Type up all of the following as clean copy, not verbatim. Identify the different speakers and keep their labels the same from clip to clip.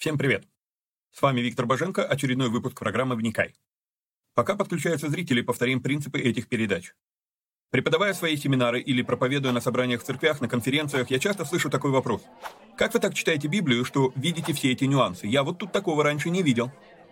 Speaker 1: Всем привет! С вами Виктор Боженко, очередной выпуск программы «Вникай». Пока подключаются зрители, повторим принципы этих передач. Преподавая свои семинары или проповедуя на собраниях в церквях, на конференциях, я часто слышу такой вопрос. Как вы так читаете Библию, что видите все эти нюансы? Я вот тут такого раньше не видел.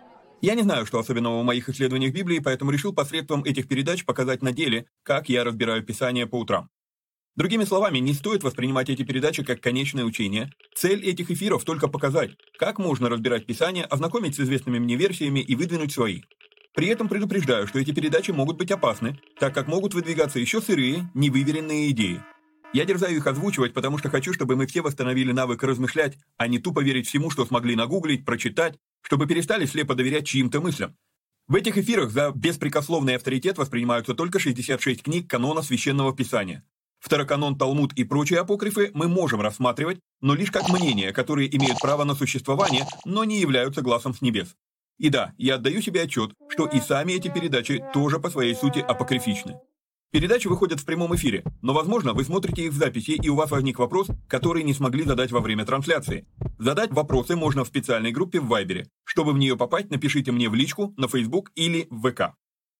Speaker 1: Я не знаю, что особенного в моих исследованиях Библии, поэтому решил посредством этих передач показать на деле, как я разбираю Писание по утрам. Другими словами, не стоит воспринимать эти передачи как конечное учение. Цель этих эфиров только показать, как можно разбирать Писание, ознакомить с известными мне версиями и выдвинуть свои. При этом предупреждаю, что эти передачи могут быть опасны, так как могут выдвигаться еще сырые, невыверенные идеи. Я дерзаю их озвучивать, потому что хочу, чтобы мы все восстановили навык размышлять, а не тупо верить всему, что смогли нагуглить, прочитать, чтобы перестали слепо доверять чьим-то мыслям. В этих эфирах за беспрекословный авторитет воспринимаются только 66 книг канона Священного Писания. Второканон, Талмуд и прочие апокрифы мы можем рассматривать, но лишь как мнения, которые имеют право на существование, но не являются гласом с небес. И да, я отдаю себе отчет, что и сами эти передачи тоже по своей сути апокрифичны. Передачи выходят в прямом эфире, но, возможно, вы смотрите их в записи, и у вас возник вопрос, который не смогли задать во время трансляции. Задать вопросы можно в специальной группе в Вайбере. Чтобы в нее попасть, напишите мне в личку, на Facebook или в ВК.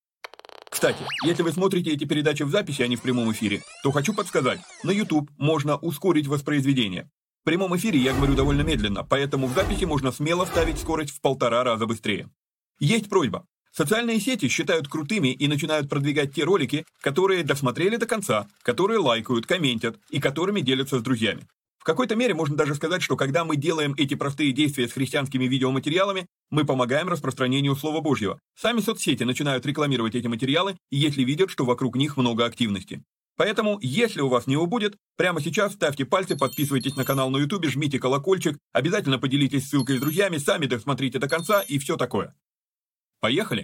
Speaker 1: Кстати, если вы смотрите эти передачи в записи, а не в прямом эфире, то хочу подсказать, на YouTube можно ускорить воспроизведение. В прямом эфире я говорю довольно медленно, поэтому в записи можно смело ставить скорость в 1,5 раза быстрее. Есть просьба. Социальные сети считают крутыми и начинают продвигать те ролики, которые досмотрели до конца, которые лайкают, комментят и которыми делятся с друзьями. В какой-то мере можно даже сказать, что когда мы делаем эти простые действия с христианскими видеоматериалами, мы помогаем распространению Слова Божьего. Сами соцсети начинают рекламировать эти материалы, если видят, что вокруг них много активности. Поэтому, если у вас не убудет, прямо сейчас ставьте пальцы, подписывайтесь на канал на YouTube, жмите колокольчик, обязательно поделитесь ссылкой с друзьями, сами досмотрите до конца и все такое. Поехали!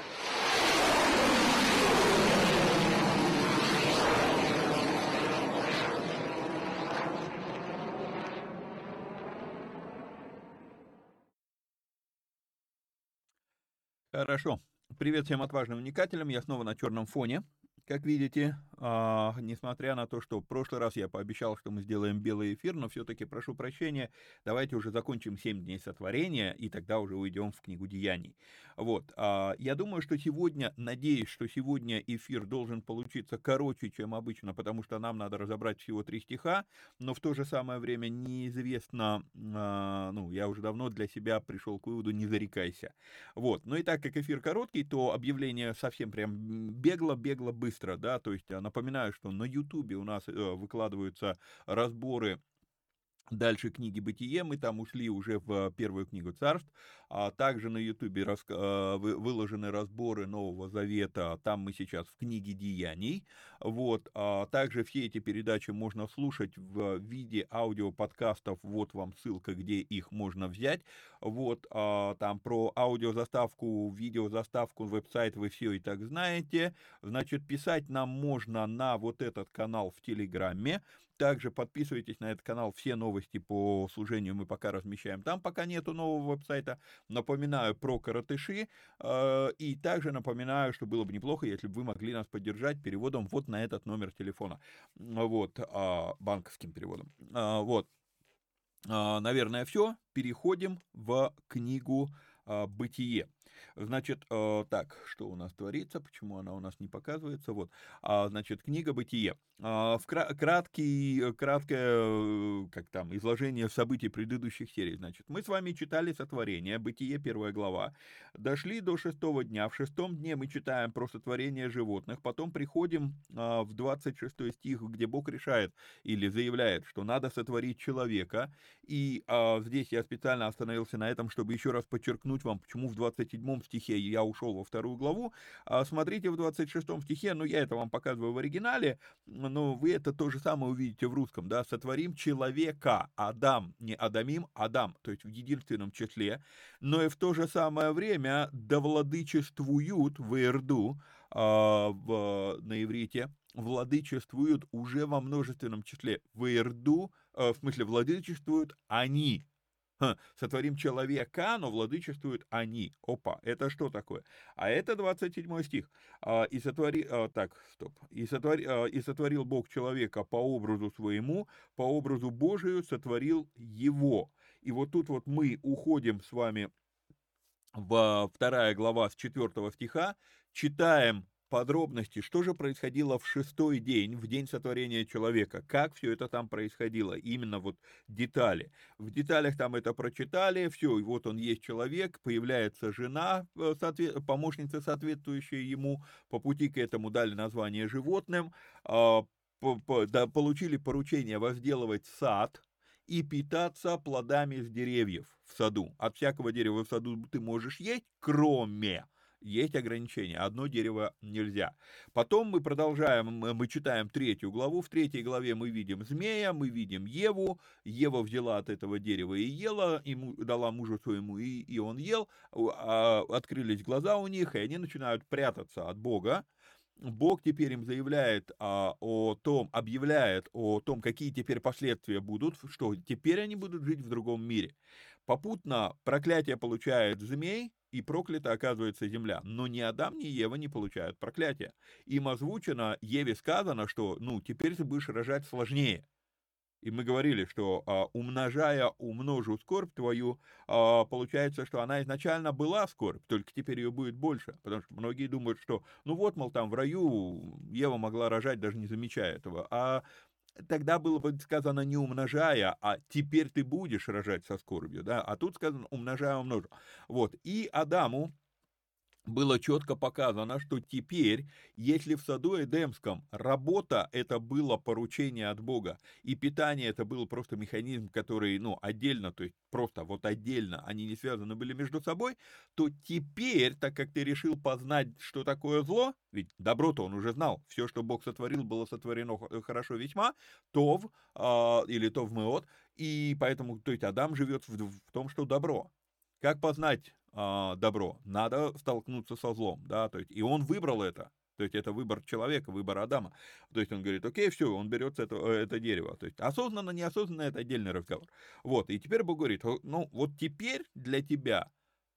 Speaker 1: Хорошо. Привет всем отважным вникателям. Я снова на черном фоне. Как видите, несмотря на то, что в прошлый раз я пообещал, что мы сделаем белый эфир, но все-таки прошу прощения, давайте уже закончим 7 дней сотворения, и тогда уже уйдем в книгу Деяний. Вот, я думаю, что сегодня, надеюсь, что сегодня эфир должен получиться короче, чем обычно, потому что нам надо разобрать всего 3 стиха, но в то же самое время неизвестно, я уже давно для себя пришел к выводу, не зарекайся. Вот, ну и так как эфир короткий, то объявление совсем прям бегло, быстро. Да, то есть напоминаю, что на Ютубе у нас выкладываются разборы дальше книги «Бытие», мы там ушли уже в первую книгу Царств, а также на Ютубе выложены разборы Нового Завета, там мы сейчас в книге Деяний, вот, также все эти передачи можно слушать в виде аудиоподкастов, вот вам ссылка, где их можно взять, вот, там про аудиозаставку, видеозаставку, веб-сайт вы все и так знаете, значит, писать нам можно на вот этот канал в Телеграме. Также подписывайтесь на этот канал, все новости по служению мы пока размещаем там, пока нету нового веб-сайта. Напоминаю про коротыши, и также напоминаю, что было бы неплохо, если бы вы могли нас поддержать переводом вот на этот номер телефона, вот, банковским переводом. Вот, наверное, все, переходим в книгу «Бытие». Значит, так, что у нас творится, почему она у нас не показывается, вот, значит, книга «Бытие». Краткое, как там, изложение событий предыдущих серий, значит, мы с вами читали сотворение, «Бытие», 1 глава, дошли до 6 дня, в 6 дне мы читаем про сотворение животных, потом приходим в 26 стих, где Бог решает или заявляет, что надо сотворить человека, и здесь я специально остановился на этом, чтобы еще раз подчеркнуть вам, почему в 27 стихе я ушел во 2 главу. Смотрите в 26 стихе, я это вам показываю в оригинале, но вы это то же самое увидите в русском, да, сотворим человека, Адам, не Адамим, Адам, то есть в единственном числе, но и в то же самое время довладычествуют в Ирду, на иврите, владычествуют уже во множественном числе, в Ирду, в смысле владычествуют они. Сотворим человека, но владычествуют они. Опа, это что такое? А это 27 стих. И сотворил Бог человека по образу своему, по образу Божию сотворил его. И вот тут вот мы уходим с вами во 2 глава с 4 стиха, читаем подробности, что же происходило в шестой день, в день сотворения человека, как все это там происходило, именно вот детали. В деталях там это прочитали, все, и вот он есть человек, появляется жена, помощница, соответствующая ему, по пути к этому дали название животным, получили поручение возделывать сад, и питаться плодами с деревьев в саду. От всякого дерева в саду ты можешь есть, кроме, есть ограничения, одно дерево нельзя. Потом мы продолжаем, мы читаем 3 главу, в 3 главе мы видим змея, мы видим Еву, Ева взяла от этого дерева и ела, ему дала мужу своему, и он ел, открылись глаза у них, и они начинают прятаться от Бога. Бог теперь им заявляет объявляет о том, какие теперь последствия будут, что теперь они будут жить в другом мире. Попутно проклятие получает змей, и проклята оказывается земля. Но ни Адам, ни Ева не получают проклятия. Им озвучено, Еве сказано, что, теперь ты будешь рожать сложнее. И мы говорили, что умножу скорбь твою, получается, что она изначально была скорбь, только теперь ее будет больше. Потому что многие думают, что, мол, там в раю Ева могла рожать, даже не замечая этого. А тогда было бы сказано не умножая, а теперь ты будешь рожать со скорбью, да. А тут сказано умножая, умножу. Вот. И Адаму было четко показано, что теперь, если в саду Эдемском работа это было поручение от Бога, и питание это был просто механизм, который, отдельно, то есть просто вот отдельно, они не связаны были между собой, то теперь, так как ты решил познать, что такое зло, ведь добро-то он уже знал, все, что Бог сотворил, было сотворено хорошо весьма, тов, или тов меот, и поэтому, то есть Адам живет в том, что добро. Как познать добро? Надо столкнуться со злом, да, то есть, и он выбрал это, то есть это выбор человека, выбор Адама, то есть он говорит, окей, все, он берет это дерево, то есть осознанно, неосознанно, это отдельный разговор, вот, и теперь Бог говорит, вот теперь для тебя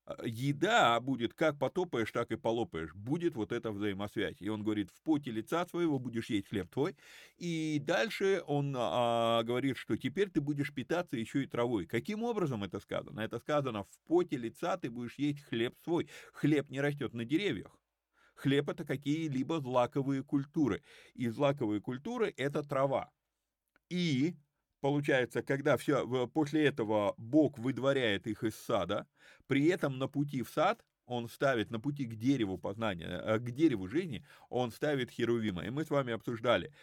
Speaker 1: еда будет, как потопаешь, так и полопаешь. Будет вот эта взаимосвязь. И он говорит, в поте лица своего будешь есть хлеб твой. И дальше он говорит, что теперь ты будешь питаться еще и травой. Каким образом это сказано? Это сказано, в поте лица ты будешь есть хлеб свой. Хлеб не растет на деревьях. Хлеб это какие-либо злаковые культуры. И злаковые культуры это трава. И получается, когда после этого Бог выдворяет их из сада, при этом на пути в сад он ставит, на пути к дереву познания, к дереву жизни, он ставит херувима. И мы с вами обсуждали.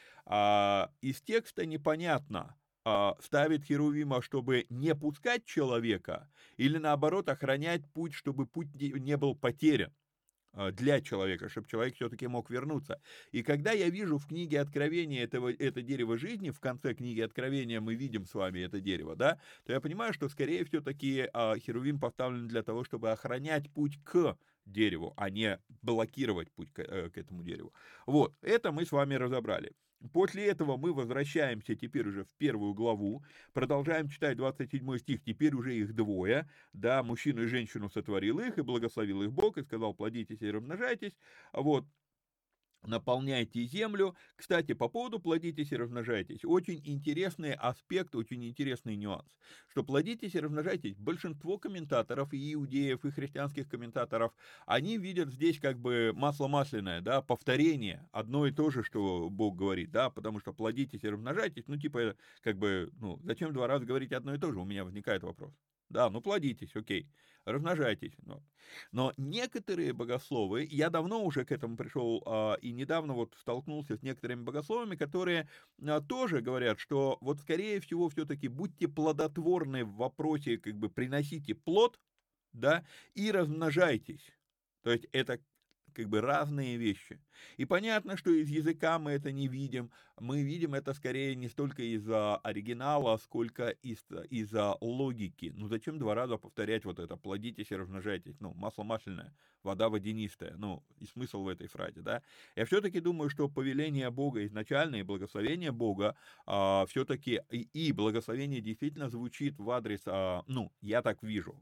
Speaker 1: Из текста непонятно, ставит херувима, чтобы не пускать человека, или наоборот охранять путь, чтобы путь не был потерян для человека, чтобы человек все-таки мог вернуться. И когда я вижу в книге Откровения это дерево жизни, в конце книги Откровения мы видим с вами это дерево, да, то я понимаю, что скорее все-таки херувим поставлен для того, чтобы охранять путь к дереву, а не блокировать путь к этому дереву. Вот, это мы с вами разобрали. После этого мы возвращаемся теперь уже в 1 главу, продолжаем читать 27 стих, теперь уже их двое, да, мужчину и женщину сотворил их, и благословил их Бог, и сказал, плодитесь и размножайтесь, вот, наполняйте землю. Кстати, по поводу плодитесь и размножайтесь, очень интересный аспект, очень интересный нюанс, что плодитесь и размножайтесь, большинство комментаторов, и иудеев, и христианских комментаторов, они видят здесь как бы масло масляное, да, повторение, одно и то же, что Бог говорит, да, потому что плодитесь и размножайтесь, как бы, зачем 2 раза говорить одно и то же, у меня возникает вопрос. Да, плодитесь, окей, размножайтесь. Но некоторые богословы, я давно уже к этому пришел, и недавно вот столкнулся с некоторыми богословами, которые тоже говорят, что вот скорее всего все-таки будьте плодотворны в вопросе, как бы приносите плод, да, и размножайтесь. То есть это как бы разные вещи. И понятно, что из языка мы это не видим. Мы видим это скорее не столько из-за оригинала, сколько из-за логики. Зачем 2 раза повторять вот это? Плодитесь и размножайтесь. Масло масляное, вода водянистая. И смысл в этой фразе, да? Я все-таки думаю, что повеление Бога изначально и благословение Бога все-таки и благословение действительно звучит в адрес, я так вижу,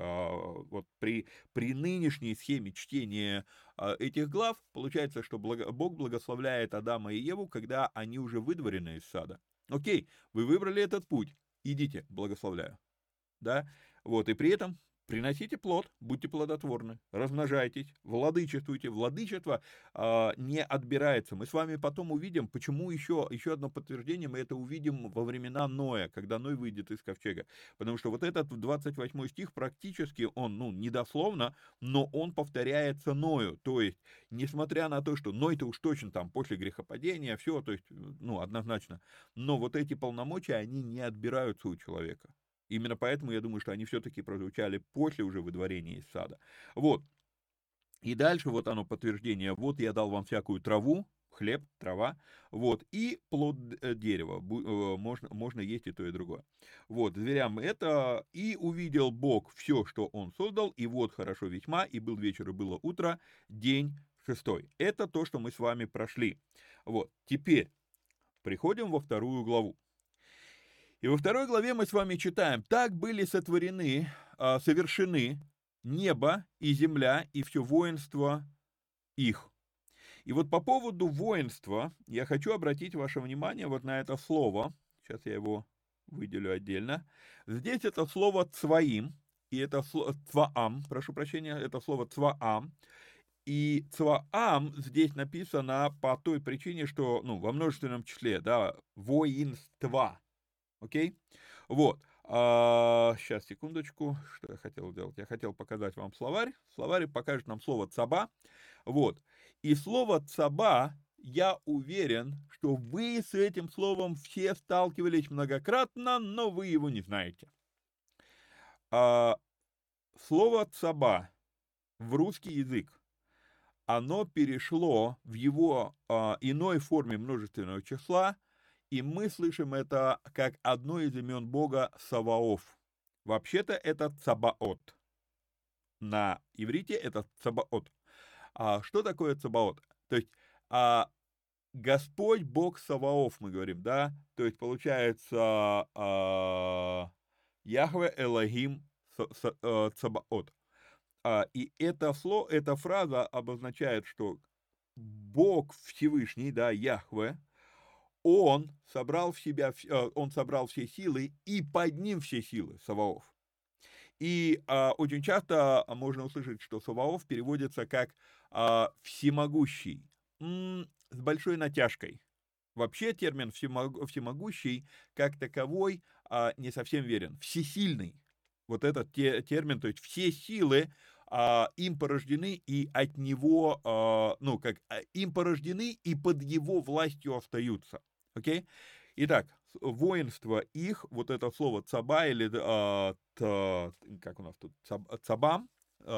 Speaker 1: вот при нынешней схеме чтения этих глав, получается, что Бог благословляет Адама и Еву, когда они уже выдворены из сада. Окей, вы выбрали этот путь, идите, благословляю. да, вот, и при этом приносите плод, будьте плодотворны, размножайтесь, владычествуйте. Владычество не отбирается. Мы с вами потом увидим, почему еще одно подтверждение, мы это увидим во времена Ноя, когда Ной выйдет из ковчега. Потому что вот этот 28 стих практически, он, ну, недословно, но он повторяется Ною. То есть, несмотря на то, что Ной-то уж точно там после грехопадения, все, то есть, ну, однозначно, но вот эти полномочия, они не отбираются у человека. Именно поэтому я думаю, что они все-таки прозвучали после уже выдворения из сада. Вот. И дальше вот оно подтверждение. Вот я дал вам всякую траву, хлеб, трава, вот, и плод дерева. Можно есть и то, и другое. Вот, зверям это. И увидел Бог все, что он создал, и вот хорошо весьма, и был вечер, и было утро, день шестой. Это то, что мы с вами прошли. Вот, теперь приходим во вторую главу. И во второй главе мы с вами читаем: «Так были сотворены, совершены небо и земля и все воинство их». И вот по поводу воинства я хочу обратить ваше внимание вот на это слово. Сейчас я его выделю отдельно. Здесь это слово «цваим», и это слово «цваам», прошу прощения, это слово «цваам». И «цваам» здесь написано по той причине, что, ну, во множественном числе, да, воинства. Окей? Вот. Сейчас, секундочку. Что я хотел сделать? Я хотел показать вам словарь. Словарь покажет нам слово «цаба». Вот. И слово «цаба», я уверен, что вы с этим словом все сталкивались многократно, но вы его не знаете. Слово «цаба» в русский язык, оно перешло в его иной форме множественного числа, и мы слышим это как одно из имен Бога Саваоф. Вообще-то это Цабаот. На иврите это Цабаот. А что такое Цабаот? То есть Господь Бог Саваоф, мы говорим, да? То есть получается Яхве Элохим Цабаот. И эта фраза обозначает, что Бог Всевышний, да, Яхве, он собрал все силы и под ним все силы, Саваоф. И очень часто можно услышать, что Саваоф переводится как всемогущий, с большой натяжкой. Вообще термин всемогущий как таковой не совсем верен. Всесильный. Вот этот термин, то есть все силы им порождены и от него, им порождены и под его властью остаются. Окей? Итак, воинство их, вот это слово цаба или как у нас тут, цабам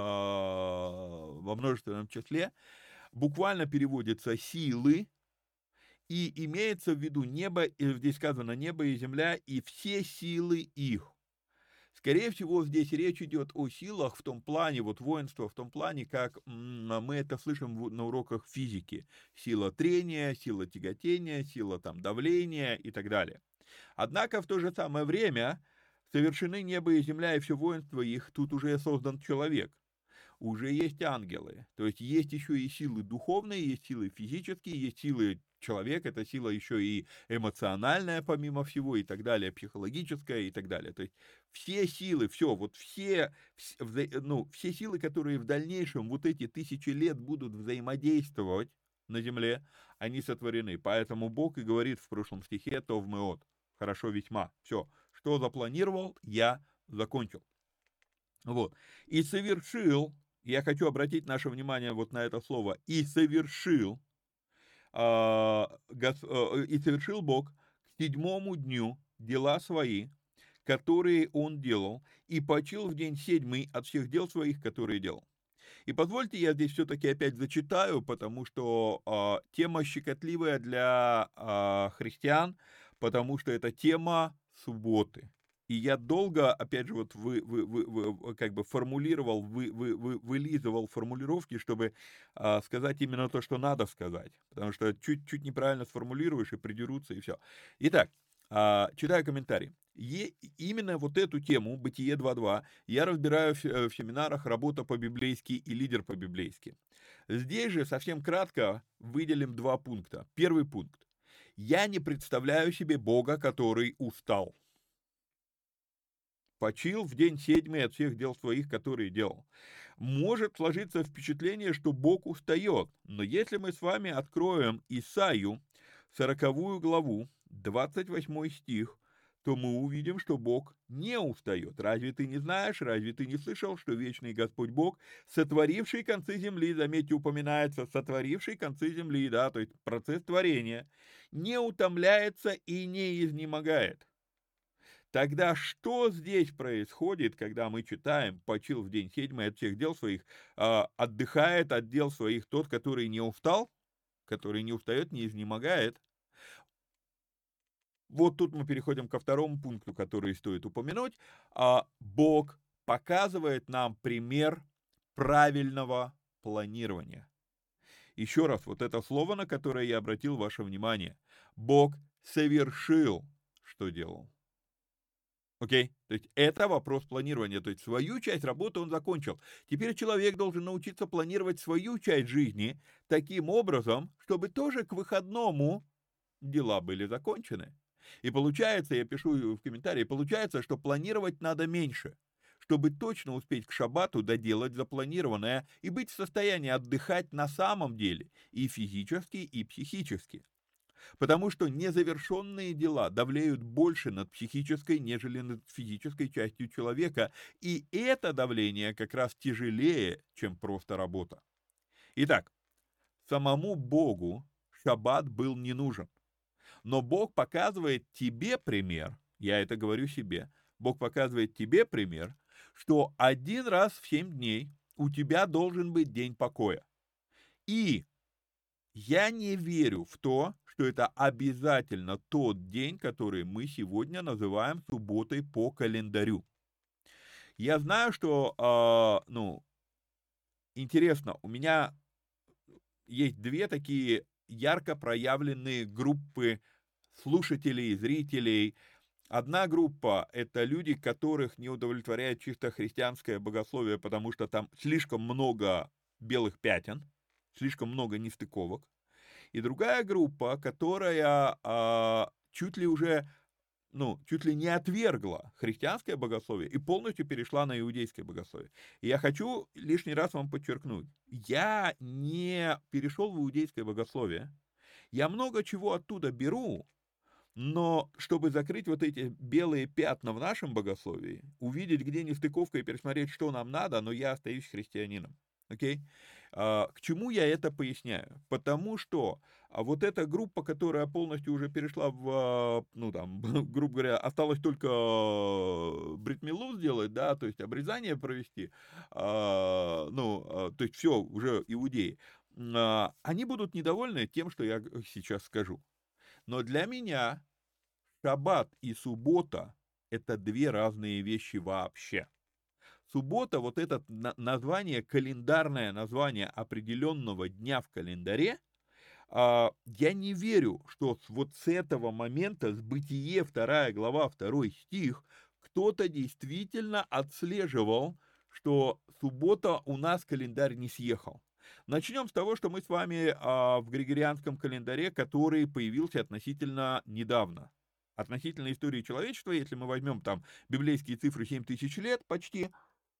Speaker 1: во множественном числе, буквально переводится силы, и имеется в виду небо, здесь сказано небо и земля, и все силы их. Скорее всего, здесь речь идет о силах в том плане, вот воинство в том плане, как мы это слышим на уроках физики. Сила трения, сила тяготения, сила там давления и так далее. Однако в то же самое время совершены небо и земля и все воинство их, тут уже создан человек. Уже есть ангелы, то есть есть еще и силы духовные, есть силы физические, есть силы человека, это сила еще и эмоциональная, помимо всего, и так далее, психологическая и так далее. То есть все силы, все силы, которые в дальнейшем вот эти тысячи лет будут взаимодействовать на земле, они сотворены. Поэтому Бог и говорит в прошлом стихе «Тов меот», хорошо весьма, все, что запланировал, я закончил. Вот. И совершил, я хочу обратить наше внимание вот на это слово, и совершил Бог к седьмому дню дела свои, которые он делал, и почил в день седьмый от всех дел своих, которые делал. И позвольте, я здесь все-таки опять зачитаю, потому что тема щекотливая для христиан, потому что это тема субботы. И я долго, опять же, вот как бы формулировал, вылизывал формулировки, чтобы сказать именно то, что надо сказать. Потому что чуть неправильно сформулируешь, и придерутся, и все. Итак, читаю комментарий. Именно вот эту тему, Бытие 2.2, я разбираю в семинарах «Работа по-библейски» и «Лидер по-библейски». Здесь же совсем кратко выделим два пункта. Первый пункт. Я не представляю себе Бога, который устал. почил в день седьмый от всех дел своих, которые делал. Может сложиться впечатление, что Бог устает, но если мы с вами откроем Исаию, 40 главу, 28 стих, то мы увидим, что Бог не устает. Разве ты не знаешь, разве ты не слышал, что вечный Господь Бог, сотворивший концы земли, заметьте, упоминается, сотворивший концы земли, да, то есть процесс творения, не утомляется и не изнемогает. Тогда что здесь происходит, когда мы читаем «почил в день седьмый от всех дел своих», отдыхает от дел своих тот, который не устал, который не устает, не изнемогает? Вот тут мы переходим ко второму пункту, который стоит упомянуть. Бог показывает нам пример правильного планирования. Еще раз, вот это слово, на которое я обратил ваше внимание. Бог совершил, что делал. Окей? То есть это вопрос планирования. То есть свою часть работы он закончил. Теперь человек должен научиться планировать свою часть жизни таким образом, чтобы тоже к выходному дела были закончены. И получается, я пишу в комментарии, получается, что планировать надо меньше, чтобы точно успеть к шаббату доделать запланированное и быть в состоянии отдыхать на самом деле и физически, и психически. Потому что незавершенные дела давлеют больше над психической, нежели над физической частью человека, и это давление как раз тяжелее, чем просто работа. Итак, самому Богу шаббат был не нужен. Но Бог показывает тебе пример, я это говорю себе, Бог показывает тебе пример, что один раз в 7 дней у тебя должен быть день покоя. И я не верю в то, что это обязательно тот день, который мы сегодня называем субботой по календарю. Я знаю, что, интересно, у меня есть две такие ярко проявленные группы слушателей, зрителей. Одна группа – это люди, которых не удовлетворяет чисто христианское богословие, потому что там слишком много белых пятен, слишком много нестыковок. И другая группа, которая чуть ли не отвергла христианское богословие и полностью перешла на иудейское богословие. И я хочу лишний раз вам подчеркнуть, я не перешел в иудейское богословие, я много чего оттуда беру, но чтобы закрыть вот эти белые пятна в нашем богословии, увидеть, где нестыковка и пересмотреть, что нам надо, но я остаюсь христианином. Окей? К чему я это поясняю? Потому что вот эта группа, которая полностью уже перешла в, грубо говоря, осталось только брит милу сделать, да, то есть обрезание провести, то есть все, уже иудеи, они будут недовольны тем, что я сейчас скажу. Но для меня шаббат и суббота – это две разные вещи вообще. Суббота, вот это название, календарное название определенного дня в календаре, я не верю, что вот с этого момента, с Бытие, 2 глава, 2 стих, кто-то действительно отслеживал, что суббота у нас календарь не съехал. Начнем с того, что мы с вами в григорианском календаре, который появился относительно недавно. Относительно истории человечества, если мы возьмем там библейские цифры 7000 лет почти,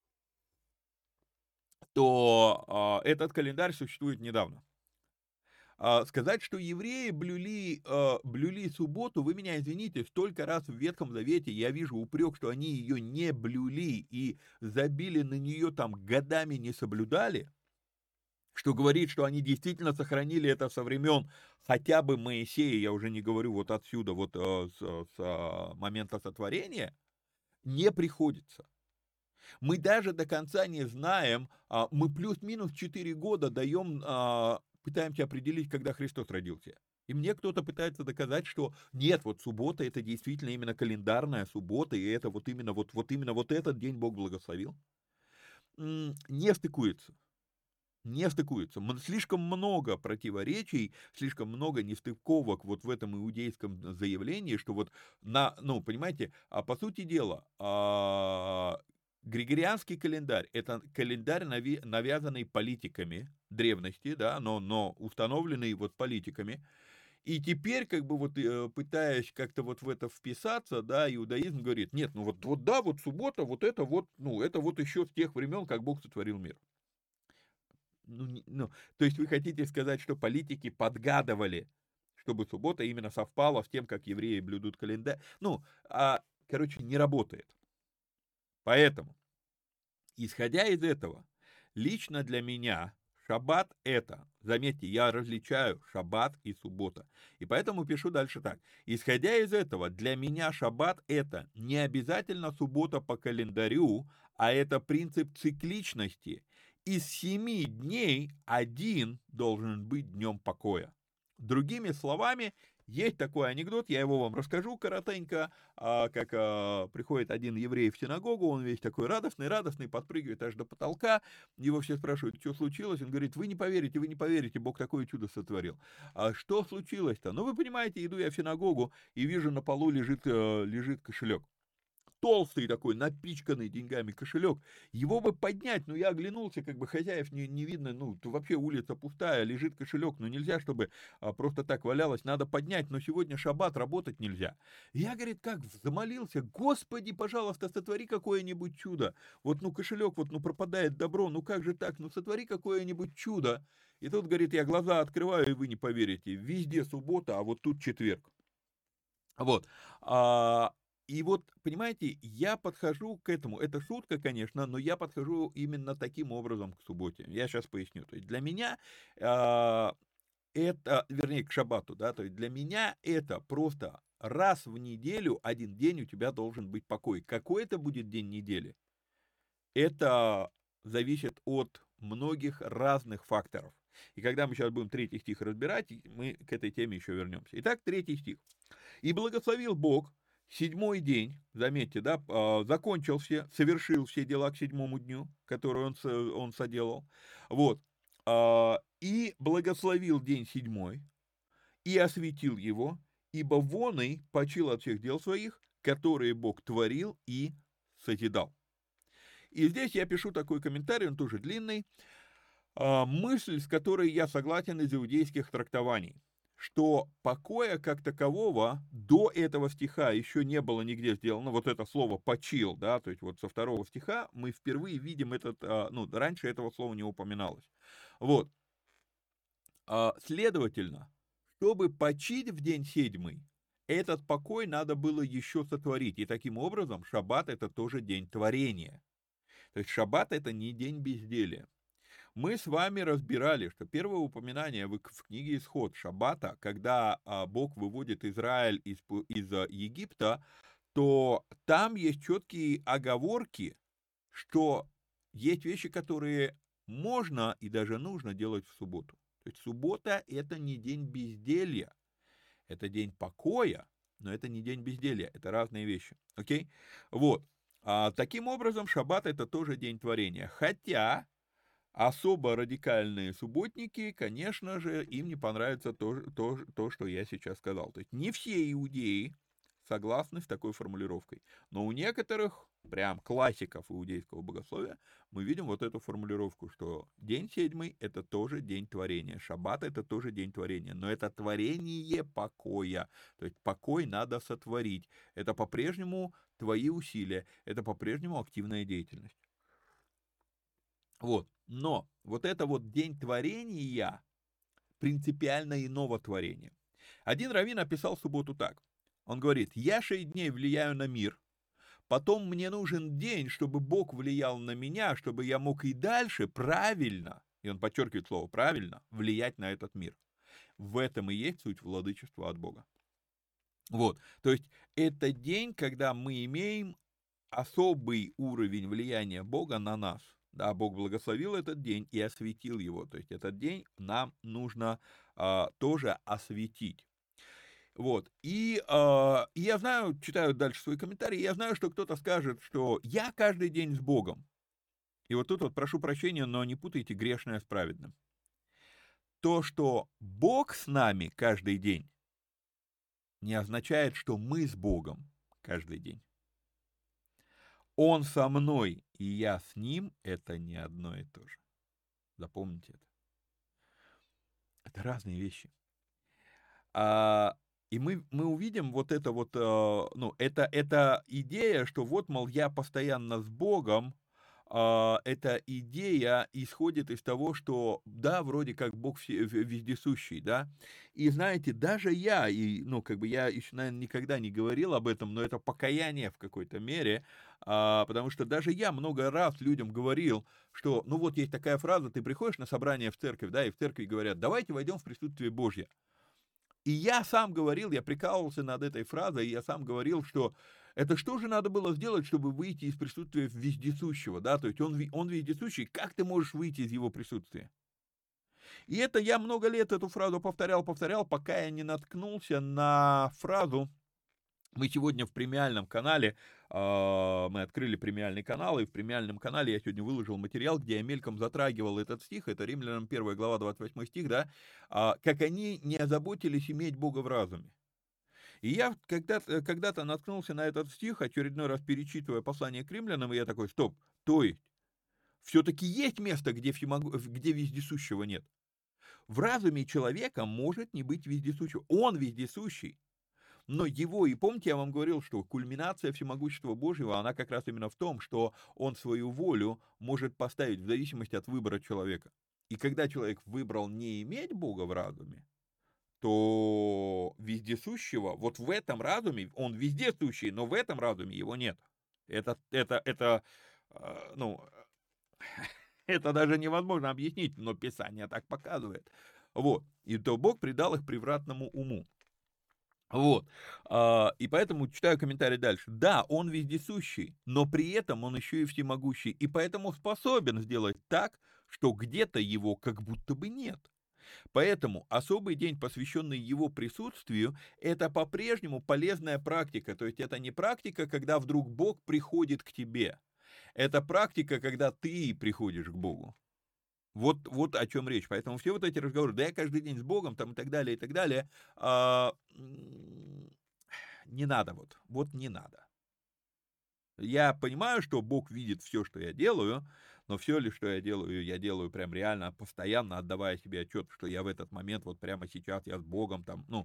Speaker 1: то этот календарь существует недавно. Сказать, что евреи блюли субботу, вы меня извините, столько раз в Ветхом Завете я вижу упрек, что они ее не блюли и забили на нее там годами не соблюдали, что говорит, что они действительно сохранили это со времен хотя бы Моисея, я уже не говорю вот отсюда, вот с момента сотворения, не приходится. Мы даже до конца не знаем, мы плюс-минус 4 года даем, пытаемся определить, когда Христос родился. И мне кто-то пытается доказать, что нет, вот суббота это действительно именно календарная суббота, и это вот именно вот этот день Бог благословил. Не стыкуется. Не стыкуется. Слишком много противоречий, слишком много нестыковок вот в этом иудейском заявлении, что вот понимаете, по сути дела, григорианский календарь – это календарь, навязанный политиками древности, да, но установленный вот политиками. И теперь, как бы вот пытаясь как-то вот в это вписаться, да, иудаизм говорит, нет, ну вот да, вот суббота, вот это вот, ну это вот еще с тех времен, как Бог сотворил мир. Ну, то есть вы хотите сказать, что политики подгадывали, чтобы суббота именно совпала с тем, как евреи блюдут календарь? Ну, короче, не работает. Поэтому, исходя из этого, лично для меня шаббат это, заметьте, я различаю шаббат и суббота. И поэтому пишу дальше так. Исходя из этого, для меня шаббат это не обязательно суббота по календарю, а это принцип цикличности. Из 7 дней один должен быть днем покоя. Другими словами, есть такой анекдот, я его вам расскажу коротенько, как приходит один еврей в синагогу, он весь такой радостный, подпрыгивает аж до потолка, его все спрашивают, что случилось, он говорит, вы не поверите, Бог такое чудо сотворил. А что случилось-то? Ну, вы понимаете, иду я в синагогу и вижу, на полу лежит кошелек. Толстый такой, напичканный деньгами кошелек. Его бы поднять, но я оглянулся, как бы хозяев не видно, ну, вообще улица пустая, лежит кошелек, ну, нельзя, чтобы просто так валялось, надо поднять, но сегодня шаббат, работать нельзя. Я, говорит, как замолился, Господи, пожалуйста, сотвори какое-нибудь чудо. Вот, ну, кошелек, вот, ну, пропадает добро, ну, как же так, ну, сотвори какое-нибудь чудо. И тут, говорит, я глаза открываю, и вы не поверите, везде суббота, а вот тут четверг. Вот. А, и вот, понимаете, я подхожу к этому. Это шутка, конечно, но я подхожу именно таким образом к субботе. Я сейчас поясню. То есть для меня это, вернее, к шаббату, да, то есть для меня это просто раз в неделю один день у тебя должен быть покой. Какой это будет день недели? Это зависит от многих разных факторов. И когда мы сейчас будем третий стих разбирать, мы к этой теме еще вернемся. Итак, третий стих. «И благословил Бог седьмой день», заметьте, да, закончил все, совершил все дела к седьмому дню, которые он соделал, вот, «и благословил день седьмой, и осветил его, ибо вон и почил от всех дел своих, которые Бог творил и созидал». И здесь я пишу такой комментарий, он тоже длинный, мысль, с которой я согласен из иудейских трактований, что покоя как такового до этого стиха еще не было нигде сделано, вот это слово «почил», да, то есть вот со второго стиха мы впервые видим этот, ну, раньше этого слова не упоминалось. Вот, следовательно, чтобы почить в день седьмый, этот покой надо было еще сотворить, и таким образом шаббат это тоже день творения. То есть шаббат это не день безделия. Мы с вами разбирали, что первое упоминание в книге Исход Шаббата, когда Бог выводит Израиль из Египта, то там есть четкие оговорки, что есть вещи, которые можно и даже нужно делать в субботу. То есть суббота это не день безделья, это день покоя, но это не день безделья, это разные вещи. Окей? Вот. Таким образом, шаббат это тоже день творения. Хотя особо радикальные субботники, конечно же, им не понравится то, что я сейчас сказал. То есть не все иудеи согласны с такой формулировкой. Но у некоторых, прям классиков иудейского богословия, мы видим вот эту формулировку, что день седьмый – это тоже день творения, шаббат – это тоже день творения, но это творение покоя, то есть покой надо сотворить. Это по-прежнему твои усилия, это по-прежнему активная деятельность. Вот. Но вот это вот день творения принципиально иного творения. Один раввин описал субботу так. Он говорит, я 6 дней влияю на мир, потом мне нужен день, чтобы Бог влиял на меня, чтобы я мог и дальше правильно, и он подчеркивает слово правильно, влиять на этот мир. В этом и есть суть владычества от Бога. Вот, то есть это день, когда мы имеем особый уровень влияния Бога на нас. Да, Бог благословил этот день и осветил его. То есть этот день нам нужно тоже осветить. Вот. И я знаю, читаю дальше свои комментарии, я знаю, что кто-то скажет, что я каждый день с Богом. И вот тут вот прошу прощения, но не путайте грешное с праведным. То, что Бог с нами каждый день, не означает, что мы с Богом каждый день. Он со мной, и я с ним, это не одно и то же. Запомните это. Это разные вещи. А, и мы увидим вот это вот, ну, это идея, что вот, мол, я постоянно с Богом, эта идея исходит из того, что, да, вроде как Бог вездесущий, да, и знаете, даже я, и, ну, как бы я еще, наверное, никогда не говорил об этом, но это покаяние в какой-то мере, потому что даже я много раз людям говорил, что, ну, вот есть такая фраза, ты приходишь на собрание в церковь, да, и в церкви говорят, давайте войдем в присутствие Божье. И я сам говорил, я прикалывался над этой фразой, и я сам говорил, что это что же надо было сделать, чтобы выйти из присутствия вездесущего, да, то есть он вездесущий, как ты можешь выйти из его присутствия? И это я много лет эту фразу повторял, пока я не наткнулся на фразу, мы сегодня в премиальном канале, мы открыли премиальный канал, и в премиальном канале я сегодня выложил материал, где я мельком затрагивал этот стих, это Римлянам 1 глава, 28 стих, да, как они не озаботились иметь Бога в разуме. И я когда-то наткнулся на этот стих, очередной раз перечитывая послание к римлянам, и я такой, стоп, то есть, все-таки есть место, где вездесущего нет. В разуме человека может не быть вездесущего. Он вездесущий. Но его, и помните, я вам говорил, что кульминация всемогущества Божьего, она как раз именно в том, что он свою волю может поставить в зависимости от выбора человека. И когда человек выбрал не иметь Бога в разуме, то вездесущего, вот в этом разуме, он вездесущий, но в этом разуме его нет. Это ну, это даже невозможно объяснить, но Писание так показывает. Вот. И то Бог придал их превратному уму. Вот. И поэтому читаю комментарий дальше. Да, он вездесущий, но при этом он еще и всемогущий, и поэтому способен сделать так, что где-то его как будто бы нет. Поэтому особый день, посвященный его присутствию, это по-прежнему полезная практика. То есть это не практика, когда вдруг Бог приходит к тебе. Это практика, когда ты приходишь к Богу. Вот о чем речь. Поэтому все вот эти разговоры, да я каждый день с Богом, там и так далее, не надо вот не надо. Я понимаю, что Бог видит все, что я делаю, но все ли, что я делаю прям реально, постоянно отдавая себе отчет, что я в этот момент, вот прямо сейчас я с Богом там, ну,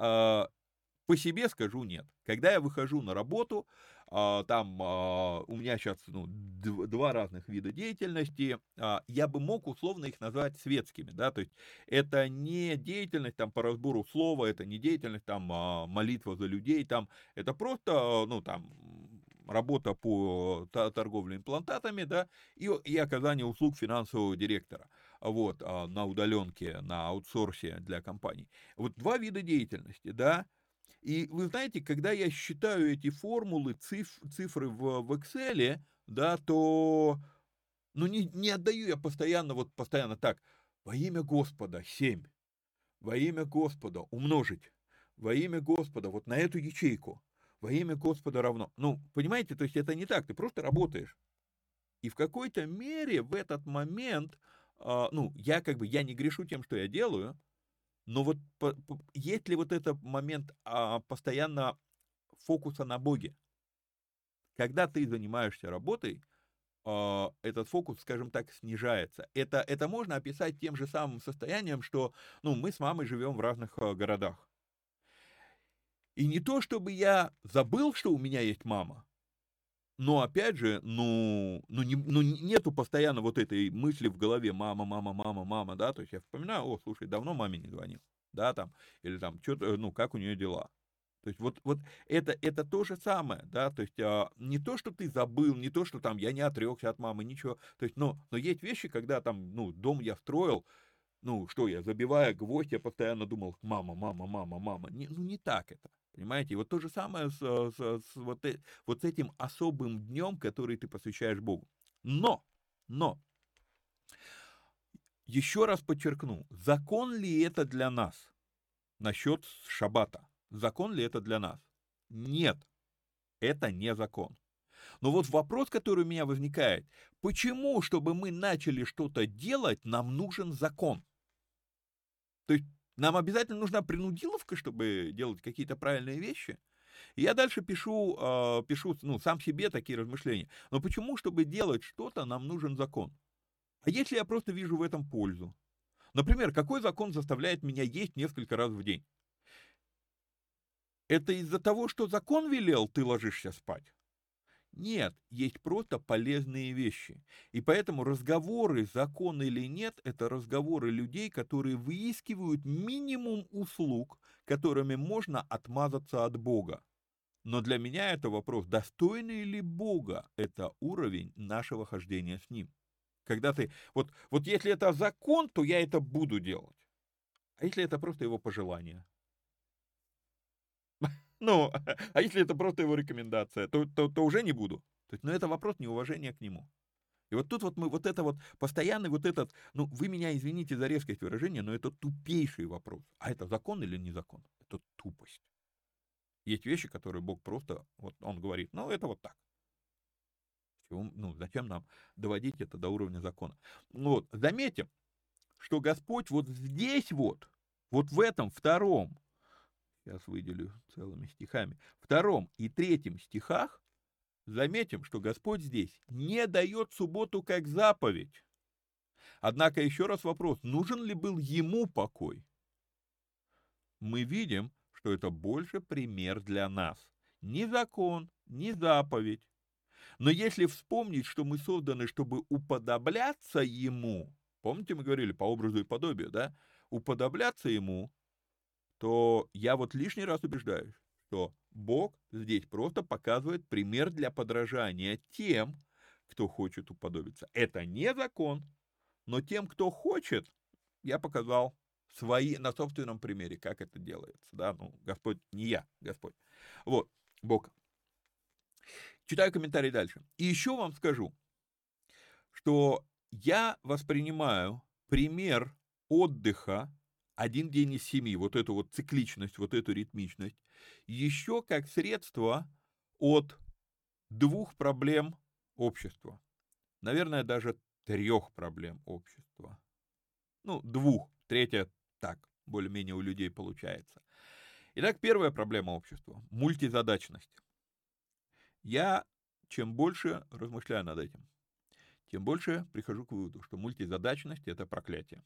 Speaker 1: по себе скажу нет. Когда я выхожу на работу, там у меня сейчас ну, два разных вида деятельности, я бы мог условно их назвать светскими, да, то есть это не деятельность там по разбору слова, это не деятельность там молитва за людей, там, это просто, ну, там, работа по торговле имплантатами, да, и оказание услуг финансового директора, вот, на удаленке, на аутсорсе для компаний. Вот два вида деятельности, да, и вы знаете, когда я считаю эти формулы, цифры в Excel, да, то, ну, не отдаю я постоянно так, во имя Господа 7, во имя Господа умножить, во имя Господа вот на эту ячейку, во имя Господа равно. Ну, понимаете, то есть это не так, ты просто работаешь. И в какой-то мере в этот момент, ну, я не грешу тем, что я делаю, но вот есть ли вот этот момент постоянно фокуса на Боге? Когда ты занимаешься работой, этот фокус, скажем так, снижается. Это можно описать тем же самым состоянием, что ну, мы с мамой живем в разных городах. И не то, чтобы я забыл, что у меня есть мама, но опять же, нету постоянно вот этой мысли в голове мама, мама, мама, мама, да, то есть я вспоминаю, о, слушай, давно маме не звонил, да, там, или там, что-то, ну, как у нее дела. То есть вот это то же самое, да, то есть не то, что ты забыл, не то, что там я не отрекся от мамы, ничего, то есть, но есть вещи, когда там, ну, дом я строил, ну, что я, забивая гвоздь, я постоянно думал, мама, мама, мама, мама. Не так это, понимаете? И вот то же самое вот с этим особым днем, который ты посвящаешь Богу. Но, еще раз подчеркну, закон ли это для нас насчет шаббата? Закон ли это для нас? Нет, это не закон. Но вот вопрос, который у меня возникает, почему, чтобы мы начали что-то делать, нам нужен закон? То есть нам обязательно нужна принудиловка, чтобы делать какие-то правильные вещи. И я дальше пишу, ну, сам себе такие размышления. Но почему, чтобы делать что-то, нам нужен закон? А если я просто вижу в этом пользу? Например, какой закон заставляет меня есть несколько раз в день? Это из-за того, что закон велел, ты ложишься спать? Нет, есть просто полезные вещи. И поэтому разговоры, закон или нет, это разговоры людей, которые выискивают минимум услуг, которыми можно отмазаться от Бога. Но для меня это вопрос, достойный ли Бога это уровень нашего хождения с Ним. Когда ты, вот если это закон, то я это буду делать. А если это просто его пожелание? Ну, а если это просто его рекомендация, то уже не буду. То есть, ну, это вопрос неуважения к нему. И вот тут вот мы, вот это вот, постоянный вот этот, ну, вы меня извините за резкость выражения, но это тупейший вопрос. А это закон или не закон? Это тупость. Есть вещи, которые Бог просто, вот он говорит, ну, это вот так. Ну, зачем нам доводить это до уровня закона? Ну, вот, заметим, что Господь вот здесь вот в этом втором, сейчас выделю целыми стихами, втором и третьем стихах, заметим, что Господь здесь не дает субботу как заповедь. Однако еще раз вопрос, нужен ли был ему покой? Мы видим, что это больше пример для нас. Ни закон, ни заповедь. Но если вспомнить, что мы созданы, чтобы уподобляться ему, помните, мы говорили по образу и подобию, да? Уподобляться ему, то я вот лишний раз убеждаюсь, что Бог здесь просто показывает пример для подражания тем, кто хочет уподобиться. Это не закон, но тем, кто хочет, я показал на собственном примере, как это делается. Да? Ну, Господь, не я, Господь. Вот, Бог. Читаю комментарий дальше. И еще вам скажу, что я воспринимаю пример отдыха один день из 7, вот эту вот цикличность, вот эту ритмичность, еще как средство от двух проблем общества. Наверное, даже трех проблем общества. Ну, двух, третья так, более-менее у людей получается. Итак, первая проблема общества – мультизадачность. Я чем больше размышляю над этим, тем больше прихожу к выводу, что мультизадачность – это проклятие.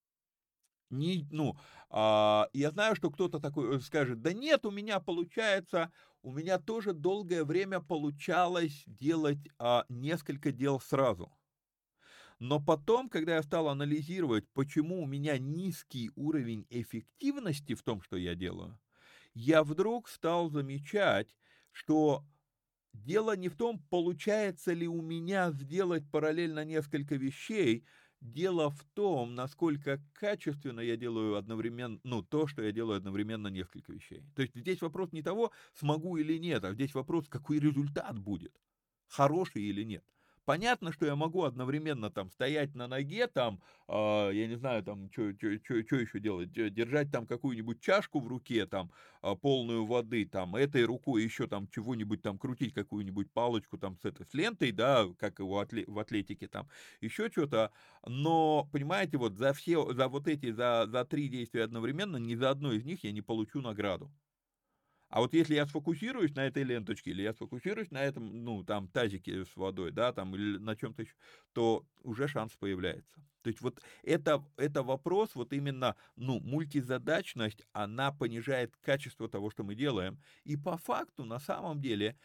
Speaker 1: Я знаю, что кто-то такой скажет, да нет, у меня получается, у меня тоже долгое время получалось делать несколько дел сразу. Но потом, когда я стал анализировать, почему у меня низкий уровень эффективности в том, что я делаю, я вдруг стал замечать, что дело не в том, получается ли у меня сделать параллельно несколько вещей, дело в том, насколько качественно я делаю одновременно, то, что я делаю одновременно несколько вещей. То есть здесь вопрос не того, смогу или нет, а здесь вопрос, какой результат будет, хороший или нет. Понятно, что я могу одновременно там стоять на ноге, там, я не знаю, там, что еще делать, держать там какую-нибудь чашку в руке, там, полную воды, там, этой рукой еще там чего-нибудь там крутить, какую-нибудь палочку там с лентой, да, как его в атлетике там, еще что-то, но, понимаете, вот за три действия одновременно, ни за одно из них я не получу награду. А вот если я сфокусируюсь на этой ленточке, или я сфокусируюсь на этом, там, тазике с водой, да, там, или на чем-то еще, то уже шанс появляется. То есть вот это вопрос, вот именно, мультизадачность, она понижает качество того, что мы делаем. И по факту, на самом деле,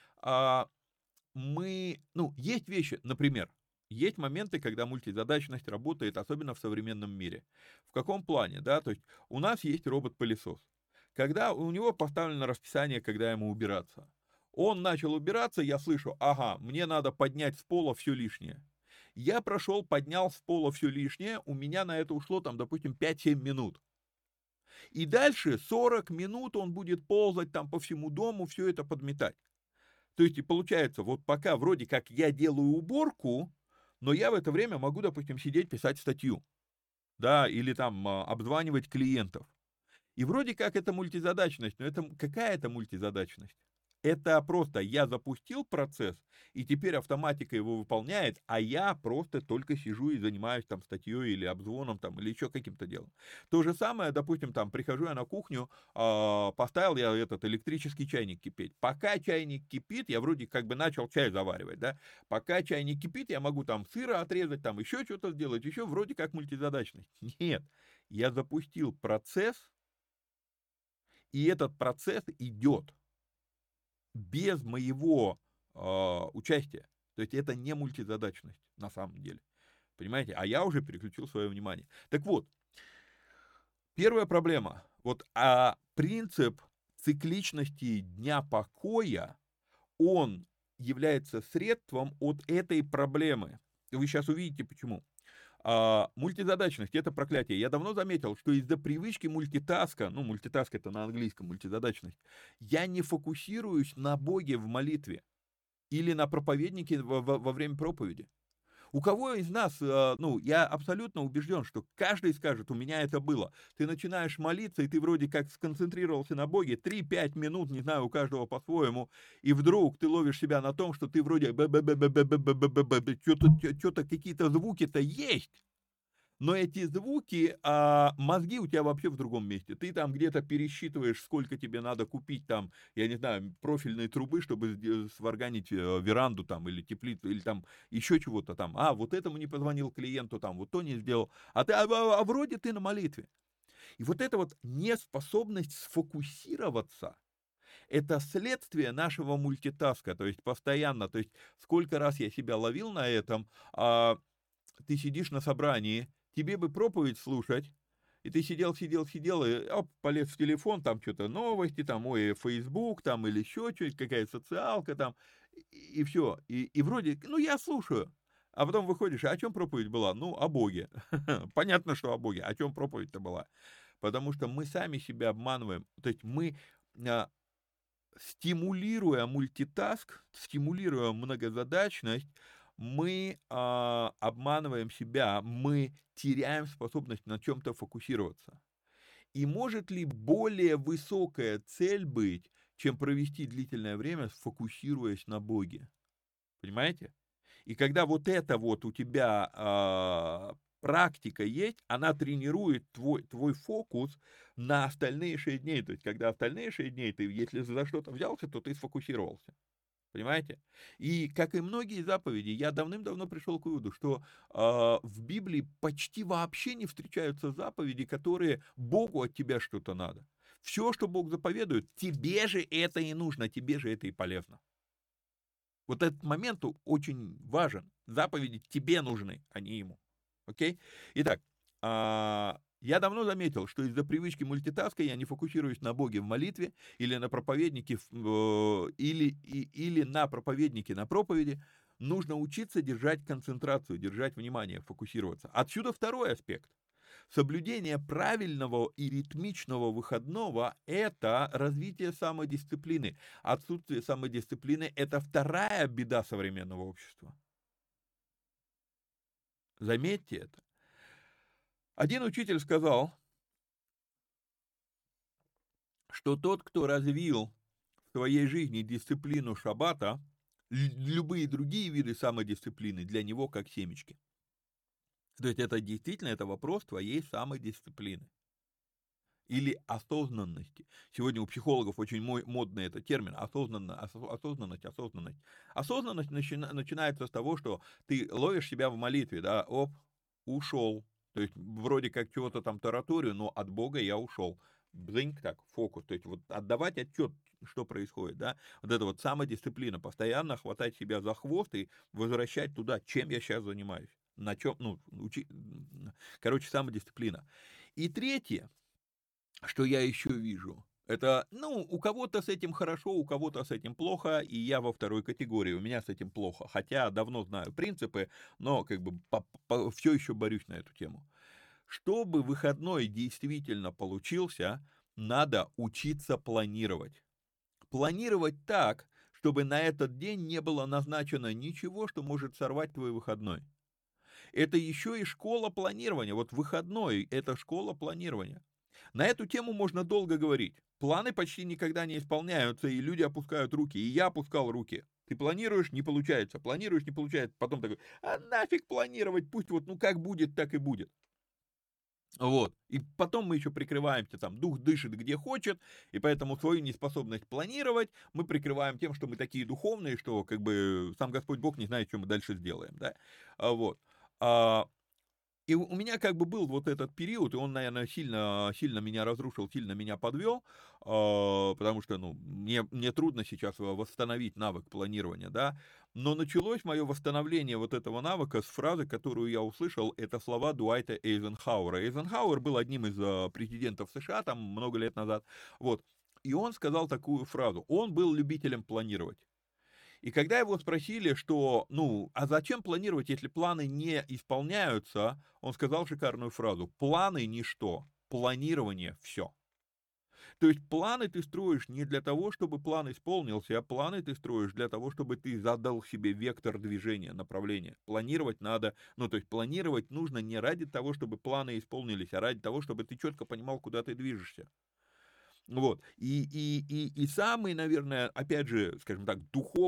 Speaker 1: есть вещи, например, есть моменты, когда мультизадачность работает, особенно в современном мире. В каком плане, да, то есть у нас есть робот-пылесос. Когда у него поставлено расписание, когда ему убираться. Он начал убираться, я слышу, ага, мне надо поднять с пола все лишнее. Я прошел, поднял с пола все лишнее, у меня на это ушло, там, допустим, 5-7 минут. И дальше 40 минут он будет ползать там по всему дому, все это подметать. То есть, и получается, вот пока вроде как я делаю уборку, но я в это время могу, допустим, сидеть, писать статью, да, или там обзванивать клиентов. И вроде как это мультизадачность, но какая это мультизадачность? Это просто я запустил процесс, и теперь автоматика его выполняет, а я просто только сижу и занимаюсь там статьей или обзвоном там, или еще каким-то делом. То же самое, допустим, там прихожу я на кухню, поставил я этот электрический чайник кипеть. Пока чайник кипит, я вроде как бы начал чай заваривать, да. Пока чайник кипит, я могу там сыра отрезать, там еще что-то сделать, еще вроде как мультизадачность. Нет, я запустил процесс, И этот процесс идет без моего участия. То есть это не мультизадачность на самом деле. Понимаете? А я уже переключил свое внимание. Так вот, первая проблема. Вот принцип цикличности дня покоя, он является средством от этой проблемы. И вы сейчас увидите почему. Мультизадачность — это проклятие. Я давно заметил, что из-за привычки мультитаска, ну, мультитаск — это на английском мультизадачность, я не фокусируюсь на Боге в молитве или на проповеднике во время проповеди. У кого из нас, ну, я абсолютно убежден, что каждый скажет, у меня это было. Ты начинаешь молиться, и ты вроде как сконцентрировался на Боге, 3-5 минут, не знаю, у каждого по-своему, и вдруг ты ловишь себя на том, что ты вроде что-то какие-то звуки-то есть, но эти звуки, мозги у тебя вообще в другом месте. Ты там где-то пересчитываешь, сколько тебе надо купить там, я не знаю, профильные трубы, чтобы сварганить веранду там, или теплицу, или там еще чего-то там. Вот этому не позвонил клиенту там, вот то не сделал. Вроде ты на молитве. И вот эта вот неспособность сфокусироваться, это следствие нашего мультитаска, то есть постоянно, то есть сколько раз я себя ловил на этом, ты сидишь на собрании, тебе бы проповедь слушать, и ты сидел, и полез в телефон, там что-то новости, там, Facebook, там, или еще что-то, какая-то социалка, там, и все. И вроде, ну, я слушаю. А потом выходишь, о чем проповедь была? Ну, о Боге. Понятно, что о Боге. О чем проповедь-то была? Потому что мы сами себя обманываем. То есть мы, стимулируя мультитаск, стимулируя многозадачность, мы обманываем себя, мы теряем способность на чем-то фокусироваться. И может ли более высокая цель быть, чем провести длительное время, сфокусируясь на Боге? Понимаете? И когда вот это вот у тебя практика есть, она тренирует твой фокус на остальные 6 дней. То есть, когда остальные 6 дней ты, если за что-то взялся, то ты сфокусировался. Понимаете? И, как и многие заповеди, я давным-давно пришел к выводу, что в Библии почти вообще не встречаются заповеди, которые Богу от тебя что-то надо. Все, что Бог заповедует, тебе же это и нужно, тебе же это и полезно. Вот этот момент очень важен. Заповеди тебе нужны, а не ему. Окей? Итак, я давно заметил, что из-за привычки мультитаска я не фокусируюсь на Боге в молитве или на проповеднике, или на проповеднике на проповеди. Нужно учиться держать концентрацию, держать внимание, фокусироваться. Отсюда второй аспект. Соблюдение правильного и ритмичного выходного — это развитие самодисциплины. Отсутствие самодисциплины — это вторая беда современного общества. Заметьте это. Один учитель сказал, что тот, кто развил в своей жизни дисциплину шаббата, любые другие виды самодисциплины для него как семечки. То есть это действительно это вопрос твоей самодисциплины или осознанности. Сегодня у психологов очень модный этот термин осознанность. Осознанность начинается с того, что ты ловишь себя в молитве, да, ушел. То есть вроде как чего-то там тараторию, но от Бога я ушел. Блинк, так, фокус. То есть вот отдавать отчет, что происходит, да. Вот это вот самодисциплина. Постоянно хватать себя за хвост и возвращать туда, чем я сейчас занимаюсь. На чем, короче, самодисциплина. И третье, что я еще вижу, это, у кого-то с этим хорошо, у кого-то с этим плохо, и я во второй категории, у меня с этим плохо, хотя давно знаю принципы, но как бы все еще борюсь на эту тему. Чтобы выходной действительно получился, надо учиться планировать. Планировать так, чтобы на этот день не было назначено ничего, что может сорвать твой выходной. Это еще и школа планирования. Вот выходной — это школа планирования. На эту тему можно долго говорить. Планы почти никогда не исполняются, и люди опускают руки. И я опускал руки. Ты планируешь — не получается. Планируешь — не получается. Потом такой, нафиг планировать, пусть вот, как будет, так и будет. Вот. И потом мы еще прикрываемся, там, дух дышит где хочет, и поэтому свою неспособность планировать мы прикрываем тем, что мы такие духовные, что, как бы, сам Господь Бог не знает, что мы дальше сделаем, да. Вот. И у меня как бы был вот этот период, и он, наверное, сильно меня разрушил, сильно меня подвел, потому что, ну, мне трудно сейчас восстановить навык планирования, да, но началось мое восстановление вот этого навыка с фразы, которую я услышал, это слова Дуайта Эйзенхауэра. Эйзенхауэр был одним из президентов США там много лет назад, вот, и он сказал такую фразу, он был любителем планировать. И когда его спросили, что, ну, а зачем планировать, если планы не исполняются, он сказал шикарную фразу: планы ничто, планирование все. То есть планы ты строишь не для того, чтобы план исполнился, а планы ты строишь для того, чтобы ты задал себе вектор движения, направление. Планировать надо, ну, то есть планировать нужно не ради того, чтобы планы исполнились, а ради того, чтобы ты четко понимал, куда ты движешься. Вот. И самый, наверное, опять же, скажем так,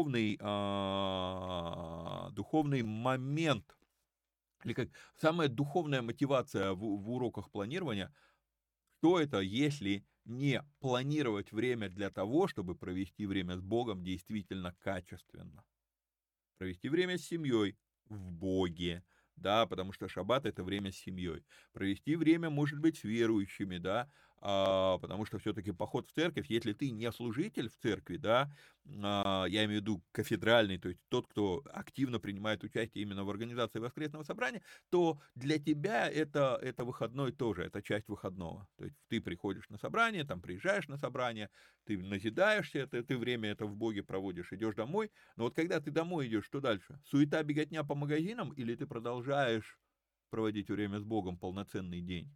Speaker 1: духовный момент, или как самая духовная мотивация в уроках планирования, что это, если не планировать время для того, чтобы провести время с Богом действительно качественно. Провести время с семьей в Боге, да, потому что шаббат — это время с семьей. Провести время, может быть, с верующими, да, потому что все-таки поход в церковь, если ты не служитель в церкви, да, я имею в виду кафедральный, то есть тот, кто активно принимает участие именно в организации воскресного собрания, то для тебя это выходной тоже, это часть выходного. То есть ты приходишь на собрание, там приезжаешь на собрание, ты назидаешься, ты время это в Боге проводишь, идешь домой, но вот когда ты домой идешь, что дальше? Суета, беготня по магазинам, или ты продолжаешь проводить время с Богом полноценный день?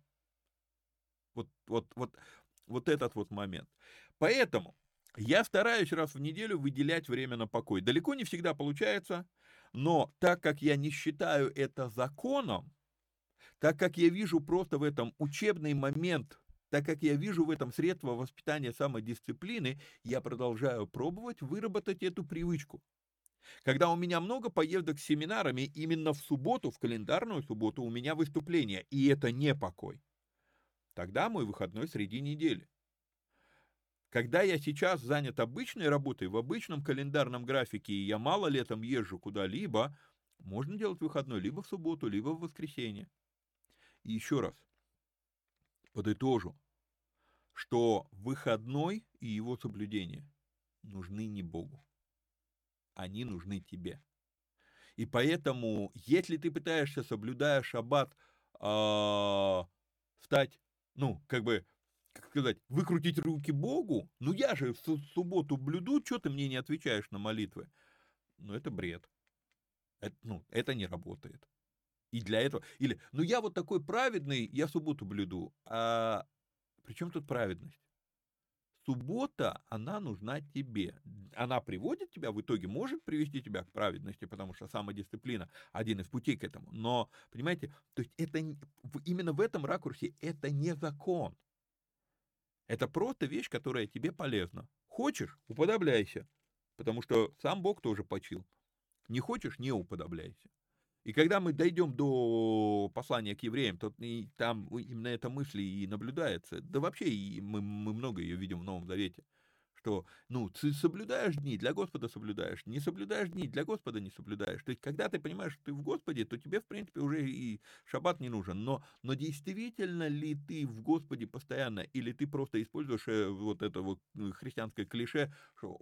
Speaker 1: Вот этот вот момент. Поэтому я стараюсь раз в неделю выделять время на покой. Далеко не всегда получается, но так как я не считаю это законом, так как я вижу просто в этом учебный момент, так как я вижу в этом средство воспитания самодисциплины, я продолжаю пробовать выработать эту привычку. Когда у меня много поездок с семинарами, именно в субботу, в календарную субботу у меня выступление, и это не покой. Тогда мой выходной среди недели. Когда я сейчас занят обычной работой, в обычном календарном графике, и я мало летом езжу куда-либо, можно делать выходной либо в субботу, либо в воскресенье. И еще раз подытожу, что выходной и его соблюдение нужны не Богу, они нужны тебе. И поэтому, если ты пытаешься, соблюдая шаббат, стать, ну, как сказать, выкрутить руки Богу, ну я же в субботу блюду, что ты мне не отвечаешь на молитвы? Ну, это бред. Это не работает. И для этого, или, ну я вот такой праведный, я субботу блюду. А при чем тут праведность? Суббота, она нужна тебе. Она приводит тебя, в итоге может привести тебя к праведности, потому что самодисциплина — один из путей к этому. Но, понимаете, то есть это именно в этом ракурсе это не закон. Это просто вещь, которая тебе полезна. Хочешь — уподобляйся, потому что сам Бог тоже почил. Не хочешь — не уподобляйся. И когда мы дойдем до послания к евреям, то и там именно эта мысль и наблюдается. Да вообще и мы много ее видим в Новом Завете. Что, ну, ты соблюдаешь дни, для Господа соблюдаешь, не соблюдаешь дни, для Господа не соблюдаешь. То есть, когда ты понимаешь, что ты в Господе, то тебе, в принципе, уже и шаббат не нужен. Но действительно ли ты в Господе постоянно, или ты просто используешь вот это вот христианское клише, что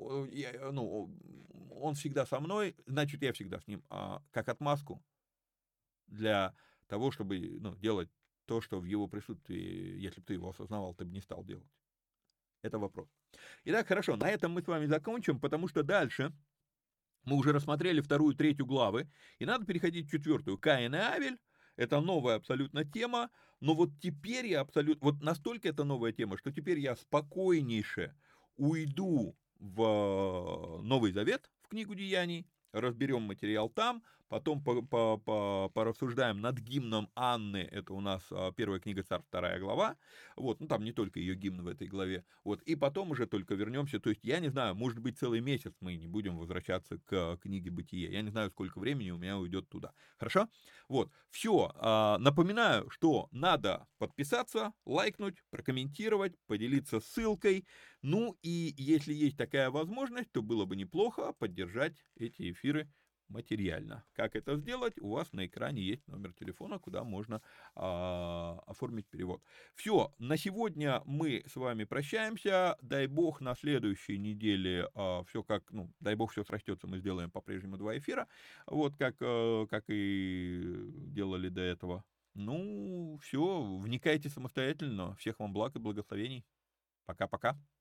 Speaker 1: он всегда со мной, значит, я всегда с ним, как отмазку для того, чтобы, ну, делать то, что в его присутствии, если бы ты его осознавал, ты бы не стал делать. Это вопрос. Итак, хорошо, на этом мы с вами закончим, потому что дальше мы уже рассмотрели вторую, третью главы, и надо переходить в четвертую. Каин и Авель — это новая абсолютно тема, но вот теперь я абсолютно, вот настолько это новая тема, что теперь я спокойнейше уйду в Новый Завет, в книгу Деяний, разберем материал там, потом порассуждаем над гимном Анны, это у нас первая книга Царств, 2 глава, вот, ну там не только ее гимн в этой главе, вот, и потом уже только вернемся, то есть я не знаю, может быть целый месяц мы не будем возвращаться к книге Бытие, я не знаю, сколько времени у меня уйдет туда, хорошо? Вот, все, напоминаю, что надо подписаться, лайкнуть, прокомментировать, поделиться ссылкой, ну и если есть такая возможность, то было бы неплохо поддержать эти эфиры материально. Как это сделать? У вас на экране есть номер телефона, куда можно оформить перевод. Все, на сегодня мы с вами прощаемся. Дай бог на следующей неделе все как, ну, дай бог все срастется, мы сделаем по-прежнему 2 эфира, вот как и делали до этого. Ну, все, вникайте самостоятельно. Всех вам благ и благословений. Пока-пока.